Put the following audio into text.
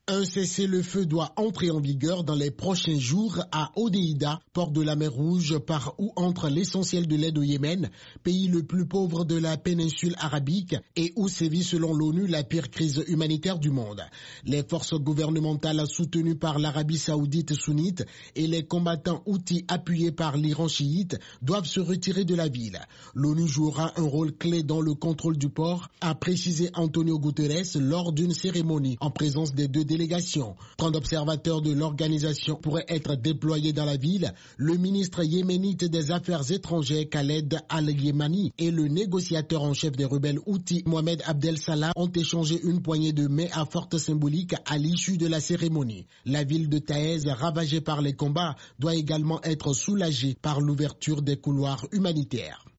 Un cessez-le-feu doit entrer en vigueur dans les prochains jours à Hodeïda, port de la mer Rouge, par où entre l'essentiel de l'aide au Yémen, pays le plus pauvre de la péninsule arabique et où sévit selon l'ONU la pire crise humanitaire du monde. Les forces gouvernementales soutenues par l'Arabie saoudite sunnite et les combattants houthis appuyés par l'Iran chiite doivent se retirer de la ville. L'ONU jouera un rôle clé dans le contrôle du port, a précisé Antonio Guterres lors d'une cérémonie en présence des deux délégations. 30 observateurs de l'organisation pourraient être déployés dans la ville. Le ministre yéménite des Affaires étrangères Khaled Al-Yemani et le négociateur en chef des rebelles houthis Mohamed Abdel Salah ont échangé une poignée de main à forte symbolique à l'issue de la cérémonie. La ville de Taïz, ravagée par les combats, doit également être soulagée par l'ouverture des couloirs humanitaires.